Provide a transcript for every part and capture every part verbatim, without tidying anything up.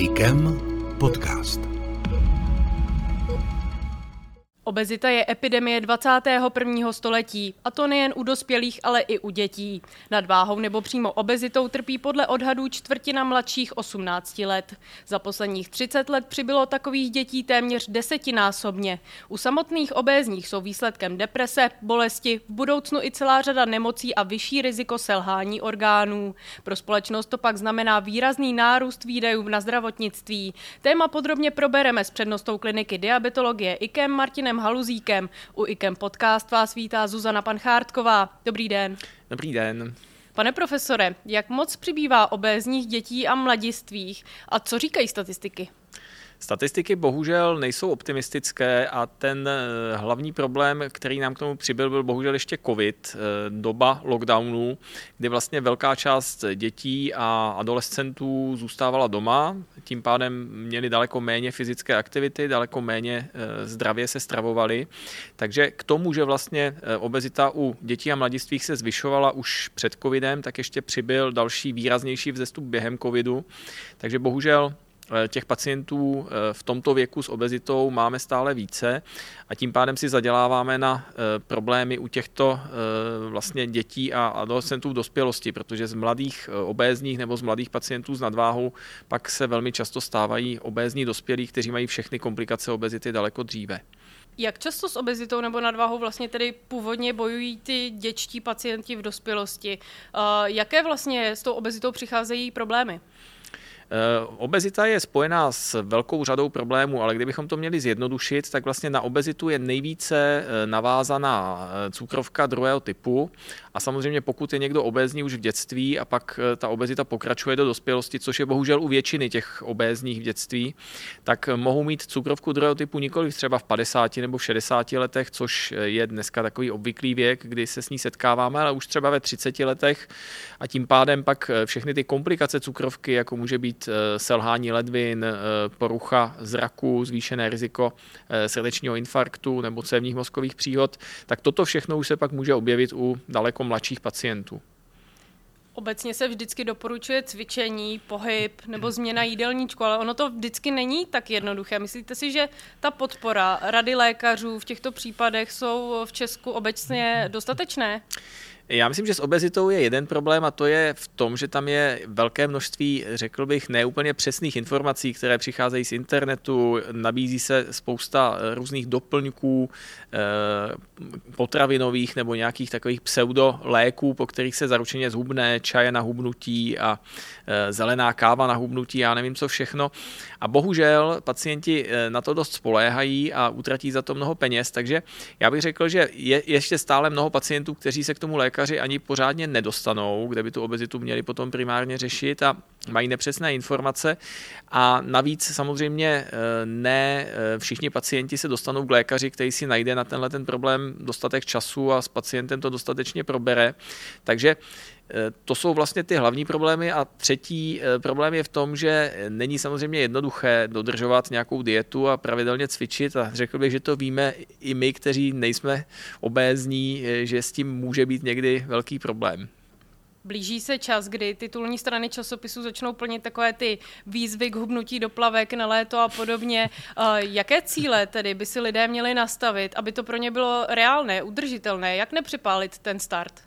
IKEM podcast. Obezita je epidemie dvacátého prvního století, a to nejen u dospělých, ale i u dětí. Nadváhou nebo přímo obezitou trpí podle odhadů čtvrtina mladších osmnácti let. Za posledních třicet let přibylo takových dětí téměř desetinásobně. U samotných obézních jsou výsledkem deprese, bolesti, v budoucnu i celá řada nemocí a vyšší riziko selhání orgánů. Pro společnost to pak znamená výrazný nárůst výdajů na zdravotnictví. Téma podrobně probereme s přednostou kliniky diabetologie IKEM Martinem Haluzíkem. U IKEM podcast vás vítá Zuzana Panchártková. Dobrý den. Dobrý den. Pane profesore, jak moc přibývá obézních dětí a mladistvých a co říkají statistiky? Statistiky bohužel nejsou optimistické a ten hlavní problém, který nám k tomu přibyl, byl bohužel ještě covid, doba lockdownu, kdy vlastně velká část dětí a adolescentů zůstávala doma, tím pádem měli daleko méně fyzické aktivity, daleko méně zdravě se stravovali. Takže k tomu, že vlastně obezita u dětí a mladistvých se zvyšovala už před covidem, tak ještě přibyl další výraznější vzestup během covidu. Takže bohužel těch pacientů v tomto věku s obezitou máme stále více a tím pádem si zaděláváme na problémy u těchto vlastně dětí a adolescentů v dospělosti, protože z mladých obézních nebo z mladých pacientů s nadváhou pak se velmi často stávají obézní dospělí, kteří mají všechny komplikace obezity daleko dříve. Jak často s obezitou nebo nadváhou vlastně tedy původně bojují ty dětští pacienti v dospělosti? Jaké vlastně s tou obezitou přicházejí problémy? Obezita je spojená s velkou řadou problémů, ale kdybychom to měli zjednodušit, tak vlastně na obezitu je nejvíce navázaná cukrovka druhého typu a samozřejmě pokud je někdo obézní už v dětství a pak ta obezita pokračuje do dospělosti, což je bohužel u většiny těch obézních v dětství, tak mohou mít cukrovku druhého typu nikoli třeba v padesáti nebo v šedesáti letech, což je dneska takový obvyklý věk, kdy se s ní setkáváme, ale už třeba ve třiceti letech a tím pádem pak všechny ty komplikace cukrovky, jako může být selhání ledvin, porucha zraku, zvýšené riziko srdečního infarktu nebo cévních mozkových příhod, tak toto všechno už se pak může objevit u daleko mladších pacientů. Obecně se vždycky doporučuje cvičení, pohyb nebo změna jídelníčku, ale ono to vždycky není tak jednoduché. Myslíte si, že ta podpora rady lékařů v těchto případech jsou v Česku obecně dostatečné? Já myslím, že s obezitou je jeden problém a to je v tom, že tam je velké množství, řekl bych, neúplně přesných informací, které přicházejí z internetu, nabízí se spousta různých doplňků potravinových nebo nějakých takových pseudoléků, po kterých se zaručeně zhubne, čaje na hubnutí a zelená káva na hubnutí, já nevím co všechno. A bohužel pacienti na to dost spoléhají a utratí za to mnoho peněz, takže já bych řekl, že je ještě stále mnoho pacientů, kteří se k tomu lékaři ani pořádně nedostanou, kde by tu obezitu měli potom primárně řešit a mají nepřesné informace a navíc samozřejmě ne všichni pacienti se dostanou k lékaři, který si najde na tenhle ten problém dostatek času a s pacientem to dostatečně probere, takže to jsou vlastně ty hlavní problémy a třetí problém je v tom, že není samozřejmě jednoduché dodržovat nějakou dietu a pravidelně cvičit a řekl bych, že to víme i my, kteří nejsme obézní, že s tím může být někdy velký problém. Blíží se čas, kdy titulní strany časopisů začnou plnit takové ty výzvy k hubnutí do plavek na léto a podobně. Jaké cíle tedy by si lidé měli nastavit, aby to pro ně bylo reálné, udržitelné? Jak nepřipálit ten start?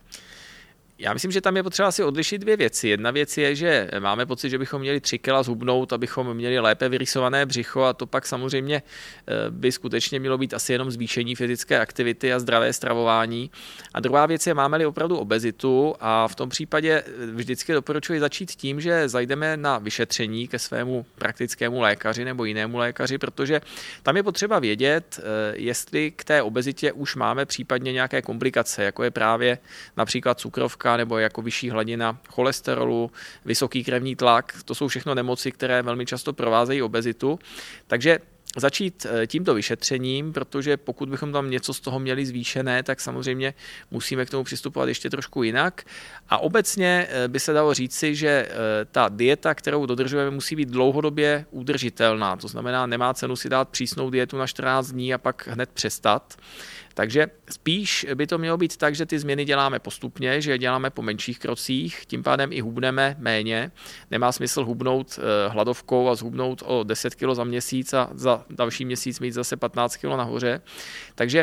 Já myslím, že tam je potřeba si odlišit dvě věci. Jedna věc je, že máme pocit, že bychom měli tři kila zhubnout, abychom měli lépe vyrýsované břicho a to pak samozřejmě by skutečně mělo být asi jenom zvýšení fyzické aktivity a zdravé stravování. A druhá věc je, máme-li opravdu obezitu a v tom případě vždycky doporučuji začít tím, že zajdeme na vyšetření ke svému praktickému lékaři nebo jinému lékaři, protože tam je potřeba vědět, jestli k té obezitě už máme případně nějaké komplikace, jako je právě například cukrovka nebo jako vyšší hladina cholesterolu, vysoký krevní tlak. To jsou všechno nemoci, které velmi často provázejí obezitu. Takže začít tímto vyšetřením, protože pokud bychom tam něco z toho měli zvýšené, tak samozřejmě musíme k tomu přistupovat ještě trošku jinak. A obecně by se dalo říci, že ta dieta, kterou dodržujeme, musí být dlouhodobě udržitelná. To znamená, nemá cenu si dát přísnou dietu na čtrnáct dní a pak hned přestat. Takže spíš by to mělo být tak, že ty změny děláme postupně, že je děláme po menších krocích, tím pádem i hubneme méně. Nemá smysl hubnout hladovkou a zhubnout o deset kilo za měsíc a za další měsíc mít zase patnáct kilo nahoře. Takže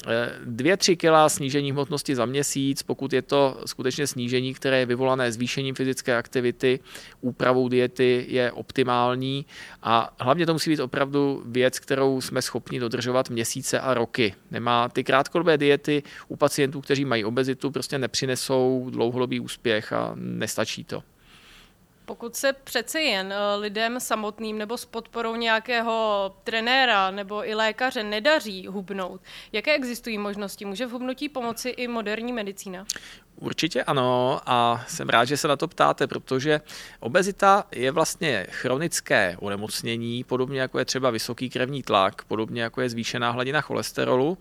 dvě tři kila snížení hmotnosti za měsíc, pokud je to skutečně snížení, které je vyvolané zvýšením fyzické aktivity, úpravou diety, je optimální a hlavně to musí být opravdu věc, kterou jsme schopni dodržovat měsíce a roky. Nemá ty krátkodobé diety u pacientů, kteří mají obezitu, prostě nepřinesou dlouhodobý úspěch a nestačí to. Pokud se přece jen lidem samotným nebo s podporou nějakého trenéra nebo i lékaře nedaří hubnout, jaké existují možnosti? Může v hubnutí pomoci i moderní medicína? Určitě ano a jsem rád, že se na to ptáte, protože obezita je vlastně chronické onemocnění, podobně jako je třeba vysoký krevní tlak, podobně jako je zvýšená hladina cholesterolu.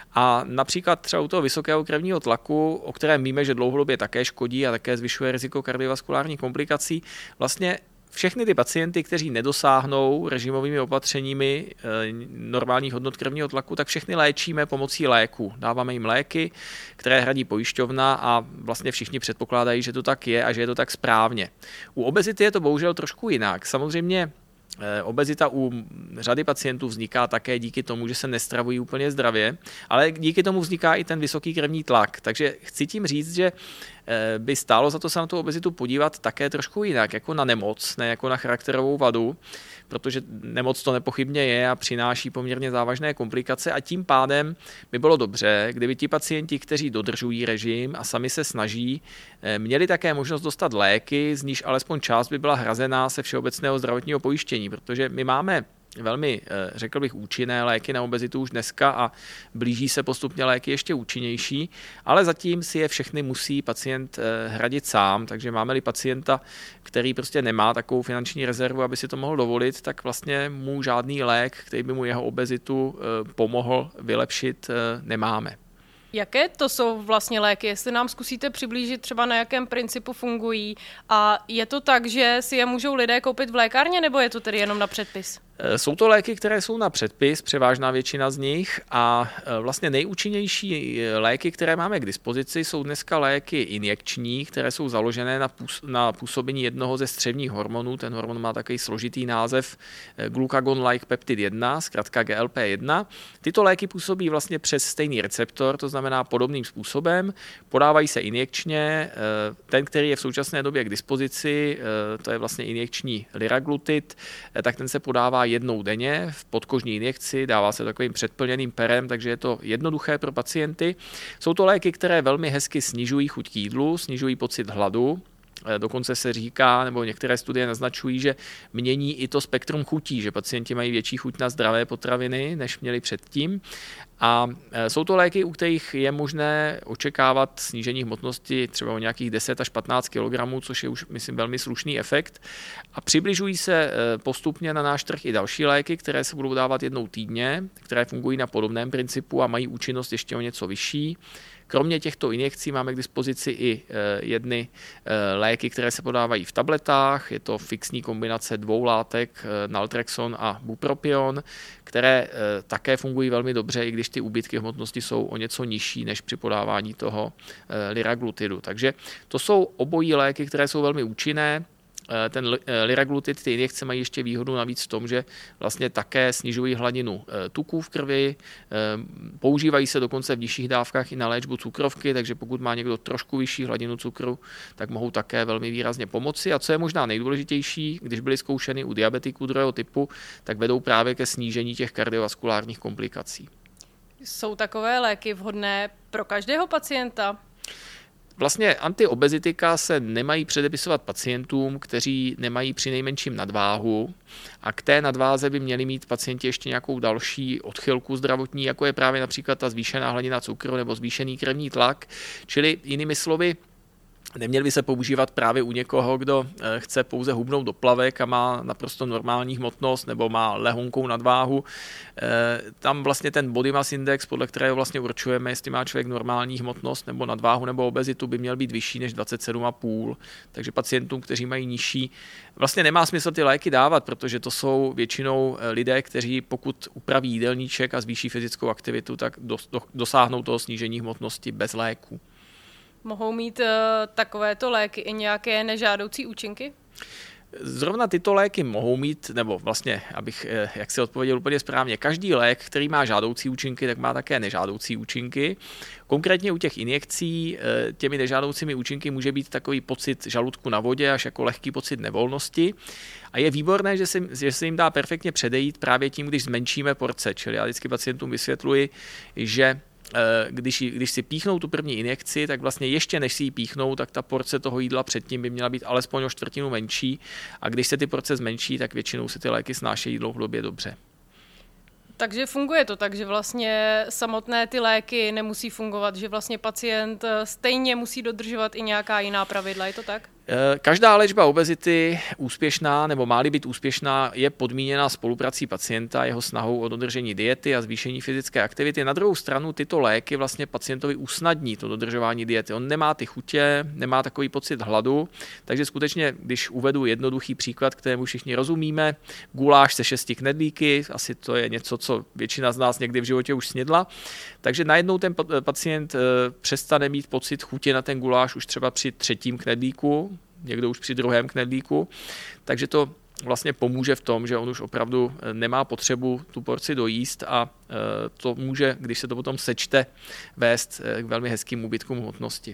A například třeba u toho vysokého krevního tlaku, o kterém víme, že dlouhodobě také škodí a také zvyšuje riziko kardiovaskulárních komplikací, vlastně všechny ty pacienty, kteří nedosáhnou režimovými opatřeními normálních hodnot krevního tlaku, tak všechny léčíme pomocí léku. Dáváme jim léky, které hradí pojišťovna a vlastně všichni předpokládají, že to tak je a že je to tak správně. U obezity je to bohužel trošku jinak. Samozřejmě obezita u řady pacientů vzniká také díky tomu, že se nestravují úplně zdravě, ale díky tomu vzniká i ten vysoký krevní tlak. Takže chci tím říct, že by stálo za to se na tu obezitu podívat také trošku jinak, jako na nemoc, ne jako na charakterovou vadu, protože nemoc to nepochybně je a přináší poměrně závažné komplikace a tím pádem by bylo dobře, kdyby ti pacienti, kteří dodržují režim a sami se snaží, měli také možnost dostat léky, z níž alespoň část by byla hrazená se všeobecného zdravotního pojištění, protože my máme velmi, řekl bych, účinné léky na obezitu už dneska a blíží se postupně léky ještě účinnější, ale zatím si je všechny musí pacient hradit sám, takže máme-li pacienta, který prostě nemá takovou finanční rezervu, aby si to mohl dovolit, tak vlastně mu žádný lék, který by mu jeho obezitu pomohl vylepšit, nemáme. Jaké to jsou vlastně léky? Jestli nám zkusíte přiblížit třeba na jakém principu fungují a je to tak, že si je můžou lidé koupit v lékárně nebo je to tedy jenom na předpis? Jsou to léky, které jsou na předpis, převážná většina z nich a vlastně nejúčinnější léky, které máme k dispozici, jsou dneska léky injekční, které jsou založené na, půs- na působení jednoho ze střevních hormonů. Ten hormon má takový složitý název glucagon-like peptid jedna, zkrátka G L P jedna. Tyto léky působí vlastně přes stejný receptor, to znamená podobným způsobem, podávají se injekčně. Ten, který je v současné době k dispozici, to je vlastně injekční liraglutid, tak ten se podává jednou denně v podkožní injekci, dává se takovým předplněným perem, takže je to jednoduché pro pacienty. Jsou to léky, které velmi hezky snižují chuť k jídlu, snižují pocit hladu. Dokonce se říká, nebo některé studie naznačují, že mění i to spektrum chutí, že pacienti mají větší chuť na zdravé potraviny, než měli předtím. A jsou to léky, u kterých je možné očekávat snížení hmotnosti třeba o nějakých deset až patnáct kilogramů, což je už, myslím, velmi slušný efekt. A přibližují se postupně na náš trh i další léky, které se budou dávat jednou týdně, které fungují na podobném principu a mají účinnost ještě o něco vyšší. Kromě těchto injekcí máme k dispozici i jedny léky, které se podávají v tabletách. Je to fixní kombinace dvou látek, naltrexon a bupropion, které také fungují velmi dobře, i když ty úbytky hmotnosti jsou o něco nižší než při podávání toho liraglutidu. Takže to jsou obojí léky, které jsou velmi účinné. Ten liraglutid, ty injekce mají ještě výhodu navíc v tom, že vlastně také snižují hladinu tuků v krvi, používají se dokonce v nižších dávkách i na léčbu cukrovky, takže pokud má někdo trošku vyšší hladinu cukru, tak mohou také velmi výrazně pomoci. A co je možná nejdůležitější, když byly zkoušeny u diabetiků druhého typu, tak vedou právě ke snížení těch kardiovaskulárních komplikací. Jsou takové léky vhodné pro každého pacienta? Vlastně antiobezitika se nemají předepisovat pacientům, kteří nemají přinejmenším nadváhu a k té nadváze by měli mít pacienti ještě nějakou další odchylku zdravotní, jako je právě například ta zvýšená hladina cukru nebo zvýšený krevní tlak. Čili jinými slovy, Neměl by se používat právě u někoho, kdo chce pouze hubnout do plavek a má naprosto normální hmotnost nebo má lehonkou nadváhu. Tam vlastně ten body mass index, podle kterého vlastně určujeme, jestli má člověk normální hmotnost nebo nadváhu nebo obezitu, by měl být vyšší než dvacet sedm celá pět. Takže pacientům, kteří mají nižší, vlastně nemá smysl ty léky dávat, protože to jsou většinou lidé, kteří pokud upraví jídelníček a zvýší fyzickou aktivitu, tak dosáhnou toho snížení hmotnosti bez léků. Mohou mít uh, takovéto léky i nějaké nežádoucí účinky? Zrovna tyto léky mohou mít, nebo vlastně, abych jak si odpověděl úplně správně, každý lék, který má žádoucí účinky, tak má také nežádoucí účinky. Konkrétně u těch injekcí těmi nežádoucími účinky může být takový pocit žaludku na vodě až jako lehký pocit nevolnosti. A je výborné, že se, že se jim dá perfektně předejít právě tím, když zmenšíme porce. Čili já vždycky pacientům vysvětluji, že Když, když si píchnou tu první injekci, tak vlastně ještě než si ji píchnou, tak ta porce toho jídla předtím by měla být alespoň o čtvrtinu menší a když se ty porce zmenší, tak většinou si ty léky snášejí dlouhodobě dobře. Takže funguje to tak, že vlastně samotné ty léky nemusí fungovat, že vlastně pacient stejně musí dodržovat i nějaká jiná pravidla, je to tak? Každá léčba obezity úspěšná nebo má-li být úspěšná je podmíněna spoluprací pacienta, jeho snahou o dodržení diety a zvýšení fyzické aktivity. Na druhou stranu tyto léky vlastně pacientovi usnadní to dodržování diety. On nemá ty chutě, nemá takový pocit hladu, takže skutečně, když uvedu jednoduchý příklad, kterému všichni rozumíme, guláš se šesti knedlíky, asi to je něco, co většina z nás někdy v životě už snědla, takže najednou ten pacient přestane mít pocit chutě na ten guláš už třeba při třetím knedlíku, někdo už při druhém knedlíku, takže to vlastně pomůže v tom, že on už opravdu nemá potřebu tu porci dojíst a to může, když se to potom sečte, vést k velmi hezkým úbytkům hmotnosti.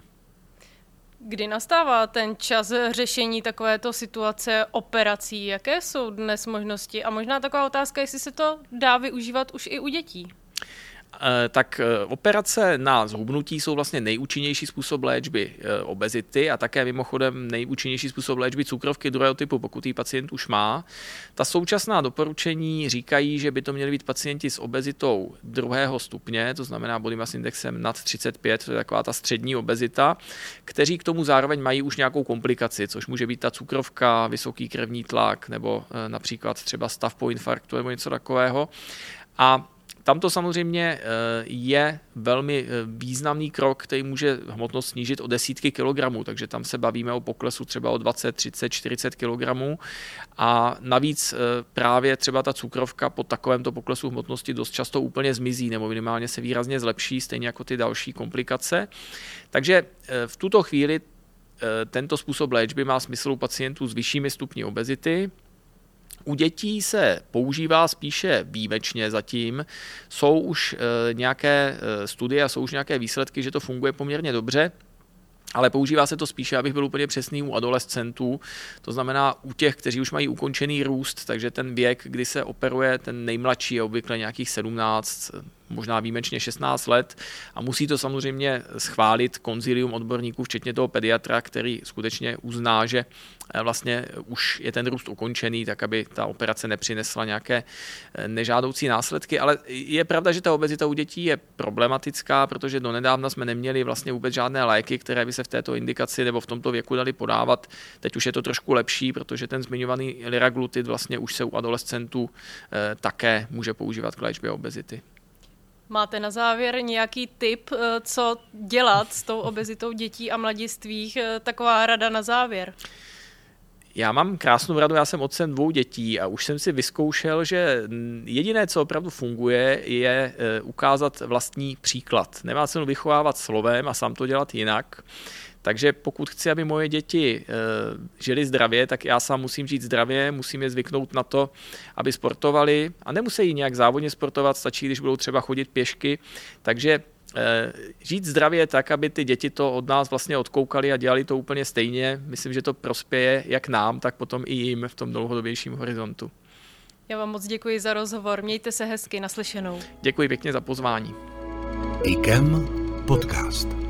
Kdy nastává ten čas řešení takovéto situace operací? Jaké jsou dnes možnosti? A možná taková otázka, jestli se to dá využívat už i u dětí. Tak operace na zhubnutí jsou vlastně nejúčinnější způsob léčby obezity a také mimochodem nejúčinnější způsob léčby cukrovky druhého typu, pokud ji pacient už má. Ta současná doporučení říkají, že by to měli být pacienti s obezitou druhého stupně, to znamená body mass indexem nad třicet pět, to je taková ta střední obezita, kteří k tomu zároveň mají už nějakou komplikaci, což může být ta cukrovka, vysoký krevní tlak nebo například třeba stav po infarktu nebo něco takového. A tam to samozřejmě je velmi významný krok, který může hmotnost snížit o desítky kilogramů, takže tam se bavíme o poklesu třeba o dvacet, třicet, čtyřicet kilogramů a navíc právě třeba ta cukrovka po takovémto poklesu hmotnosti dost často úplně zmizí nebo minimálně se výrazně zlepší, stejně jako ty další komplikace. Takže v tuto chvíli tento způsob léčby má smysl u pacientů s vyššími stupni obezity. U dětí se používá spíše výjimečně zatím. Jsou už nějaké studie a jsou už nějaké výsledky, že to funguje poměrně dobře, ale používá se to spíše, abych byl úplně přesný, u adolescentů, to znamená u těch, kteří už mají ukončený růst, takže ten věk, kdy se operuje ten nejmladší, je obvykle nějakých sedmnáct, možná výjimečně šestnáct let a musí to samozřejmě schválit konzilium odborníků, včetně toho pediatra, který skutečně uzná, že vlastně už je ten růst ukončený, tak aby ta operace nepřinesla nějaké nežádoucí následky, ale je pravda, že ta obezita u dětí je problematická, protože donedávna jsme neměli vlastně vůbec žádné léky, které by se v této indikaci nebo v tomto věku dali podávat. Teď už je to trošku lepší, protože ten zmiňovaný liraglutid vlastně už se u adolescentů také může používat k léčbě obezity. Máte na závěr nějaký tip, co dělat s tou obezitou dětí a mladistvých? Taková rada na závěr. Já mám krásnou radu, já jsem otcem dvou dětí a už jsem si vyzkoušel, že jediné, co opravdu funguje, je ukázat vlastní příklad. Nemá cenu vychovávat slovem a sám to dělat jinak. Takže pokud chci, aby moje děti e, žili zdravě, tak já sám musím žít zdravě, musím je zvyknout na to, aby sportovali a nemusí nějak závodně sportovat, stačí, když budou třeba chodit pěšky. Takže e, žít zdravě tak, aby ty děti to od nás vlastně odkoukali a dělali to úplně stejně. Myslím, že to prospěje jak nám, tak potom i jim v tom dlouhodobějším horizontu. Já vám moc děkuji za rozhovor. Mějte se hezky, naslyšenou. Děkuji pěkně za pozvání. I K E M podcast.